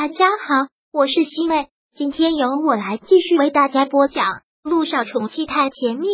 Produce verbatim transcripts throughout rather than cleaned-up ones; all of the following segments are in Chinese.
大家好，我是西妹，今天由我来继续为大家播讲《陆少宠妻太甜蜜》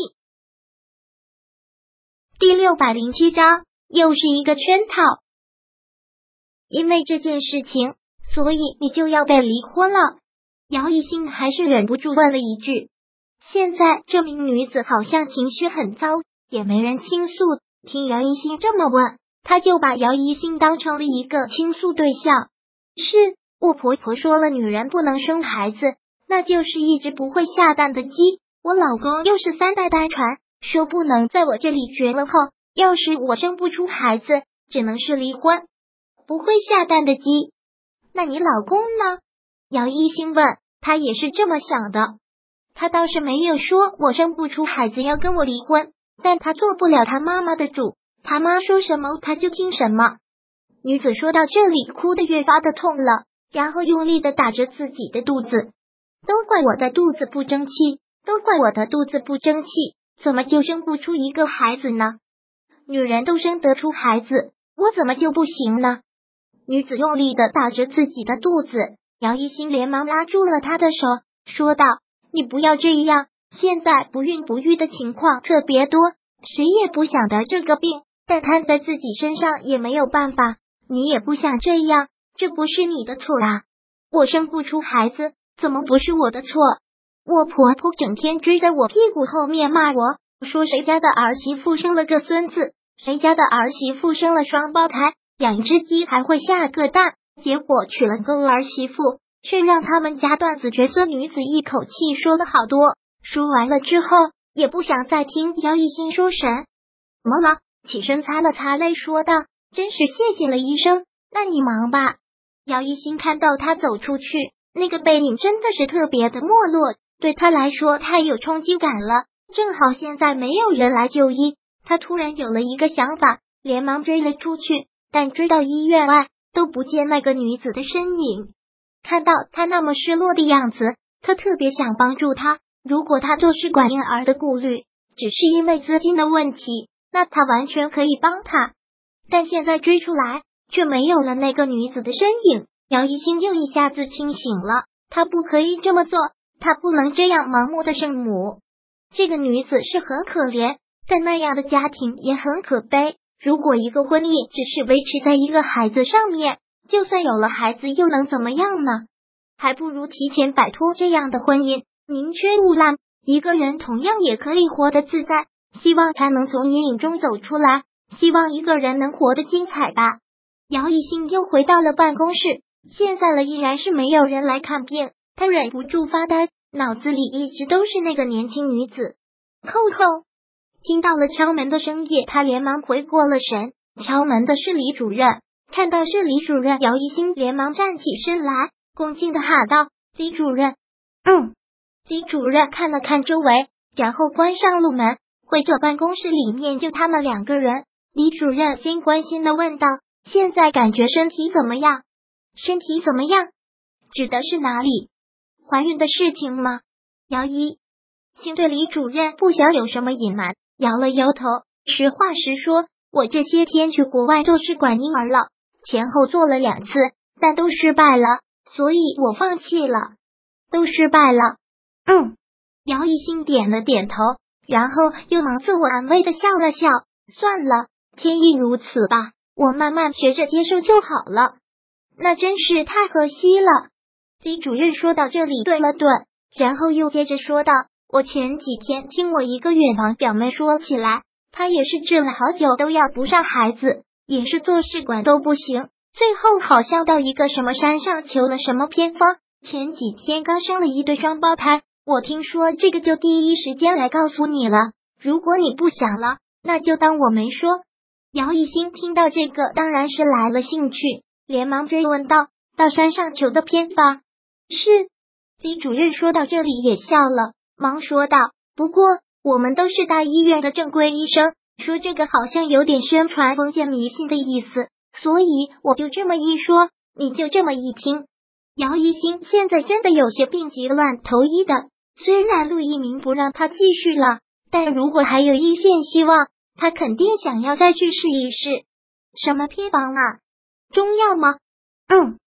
第六百零七章，又是一个圈套。因为这件事情，所以你就要被离婚了？姚一兴还是忍不住问了一句。现在这名女子好像情绪很糟，也没人倾诉。听姚一兴这么问，他就把姚一兴当成了一个倾诉对象。是，我婆婆说了，女人不能生孩子，那就是一直不会下蛋的鸡。我老公又是三代单传，说不能在我这里绝了后，要是我生不出孩子，只能是离婚。不会下蛋的鸡，那你老公呢？姚一兴问。他也是这么想的，他倒是没有说我生不出孩子要跟我离婚，但他做不了他妈妈的主，他妈说什么他就听什么。女子说到这里，哭得越发的痛了，然后用力的打着自己的肚子。都怪我的肚子不争气，都怪我的肚子不争气，怎么就生不出一个孩子呢？女人都生得出孩子，我怎么就不行呢？女子用力的打着自己的肚子，姚一兴连忙拉住了她的手，说道：你不要这样，现在不孕不育的情况特别多，谁也不想得这个病，但摊在自己身上也没有办法，你也不想这样，这不是你的错啊。我生不出孩子，怎么不是我的错？我婆婆整天追在我屁股后面骂我，说谁家的儿媳妇生了个孙子，谁家的儿媳妇生了双胞胎，养一只鸡还会下个蛋，结果娶了个儿媳妇，却让他们家断子绝孙。女子一口气说了好多，说完了之后也不想再听姚一兴说什么了，起身擦了擦泪，说道：真是谢谢了医生，那你忙吧。姚一兴看到他走出去，那个背影真的是特别的没落，对他来说太有冲击感了，正好现在没有人来就医，他突然有了一个想法，连忙追了出去，但追到医院外都不见那个女子的身影。看到她那么失落的样子，他特别想帮助她，如果他做试管婴儿的顾虑只是因为资金的问题，那他完全可以帮她，但现在追出来却没有了那个女子的身影。姚一兴又一下子清醒了，他不可以这么做，他不能这样盲目的圣母。这个女子是很可怜，但那样的家庭也很可悲。如果一个婚姻只是维持在一个孩子上面，就算有了孩子又能怎么样呢？还不如提前摆脱这样的婚姻，宁缺毋滥，一个人同样也可以活得自在。希望他能从阴影中走出来，希望一个人能活得精彩吧。姚一兴又回到了办公室，现在了依然是没有人来看病，他忍不住发呆，脑子里一直都是那个年轻女子。扣扣，听到了敲门的声音，他连忙回过了神，敲门的是李主任。看到是李主任，姚一兴连忙站起身来，恭敬的喊道：李主任。嗯。李主任看了看周围，然后关上了门，回到办公室里面就他们两个人。李主任先关心的问道：现在感觉身体怎么样？身体怎么样？指的是哪里？怀孕的事情吗？姚一兴对李主任不想有什么隐瞒，摇了摇头，实话实说，我这些天去国外做试管婴儿了，前后做了两次，但都失败了，所以我放弃了。都失败了。嗯。姚一兴点了点头，然后又忙自我安慰的笑了笑，算了，天意如此吧，我慢慢学着接受就好了。那真是太可惜了。李主任说到这里顿了顿，然后又接着说道：我前几天听我一个远房表妹说起来，她也是治了好久都要不上孩子，也是做试管都不行，最后好像到一个什么山上求了什么偏方，前几天刚生了一对双胞胎。我听说这个就第一时间来告诉你了，如果你不想了，那就当我没说。姚一兴听到这个当然是来了兴趣，连忙追问道：到山上求的偏方？是。李主任说到这里也笑了，忙说道：不过我们都是大医院的正规医生，说这个好像有点宣传封建迷信的意思，所以我就这么一说，你就这么一听。姚一兴现在真的有些病急乱投医的，虽然陆一鸣不让他继续了，但如果还有一线希望，他肯定想要再去试一试。什么偏方啊？中药吗？嗯。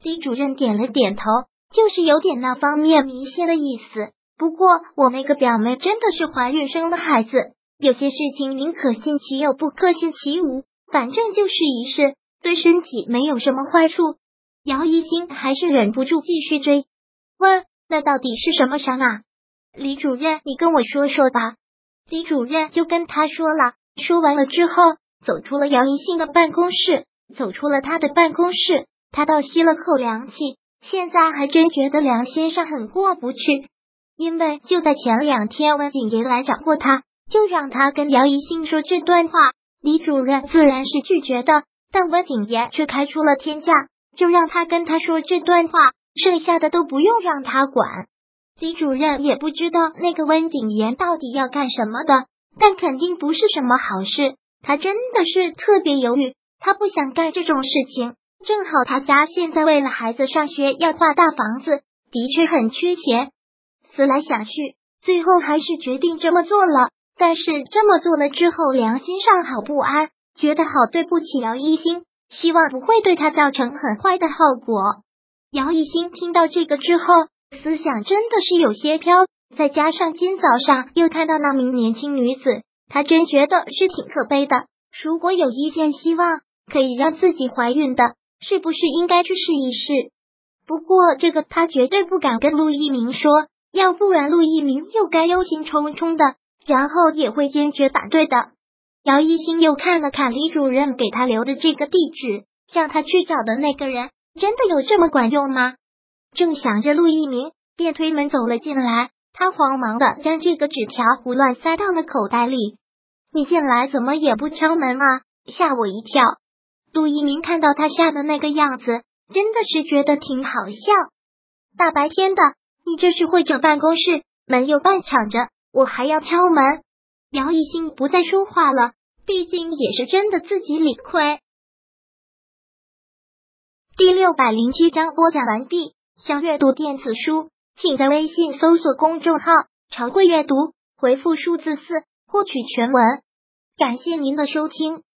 李主任点了点头，就是有点那方面迷信的意思。不过我那个表妹真的是怀孕生了孩子，有些事情宁可信其有，不可信其无，反正就试一试，对身体没有什么坏处。姚一星还是忍不住继续追问，那到底是什么伤啊？李主任，你跟我说说吧。李主任就跟他说了，说完了之后，走出了姚一星的办公室，走出了他的办公室，他倒吸了口凉气，现在还真觉得梁先生很过不去，因为就在前两天温景言来找过他，就让他跟姚一星说这段话，李主任自然是拒绝的，但温景言却开出了天价，就让他跟他说这段话，剩下的都不用让他管。李主任也不知道那个温景言到底要干什么的，但肯定不是什么好事，他真的是特别犹豫，他不想干这种事情，正好他家现在为了孩子上学要画大房子，的确很缺钱。思来想去，最后还是决定这么做了，但是这么做了之后，良心上好不安，觉得好对不起姚一星，希望不会对他造成很坏的后果。姚一星听到这个之后，思想真的是有些飘，再加上今早上又看到那名年轻女子，他真觉得是挺可悲的。如果有一线希望可以让自己怀孕的，是不是应该去试一试？不过这个他绝对不敢跟陆一鸣说，要不然陆一鸣又该忧心忡忡的，然后也会坚决反对的。姚一星又看了看李主任给他留的这个地址，让他去找的那个人，真的有这么管用吗？正想着，陆一鸣便推门走了进来，他慌忙的将这个纸条胡乱塞到了口袋里。你进来怎么也不敲门啊，吓我一跳。陆一鸣看到他吓的那个样子，真的是觉得挺好笑。大白天的，你这是会整办公室，门又半敞着，我还要敲门？姚一星不再说话了，毕竟也是真的自己理亏。第六百零七章播讲完毕。想阅读电子书，请在微信搜索公众号常会阅读，回复数字四获取全文。感谢您的收听。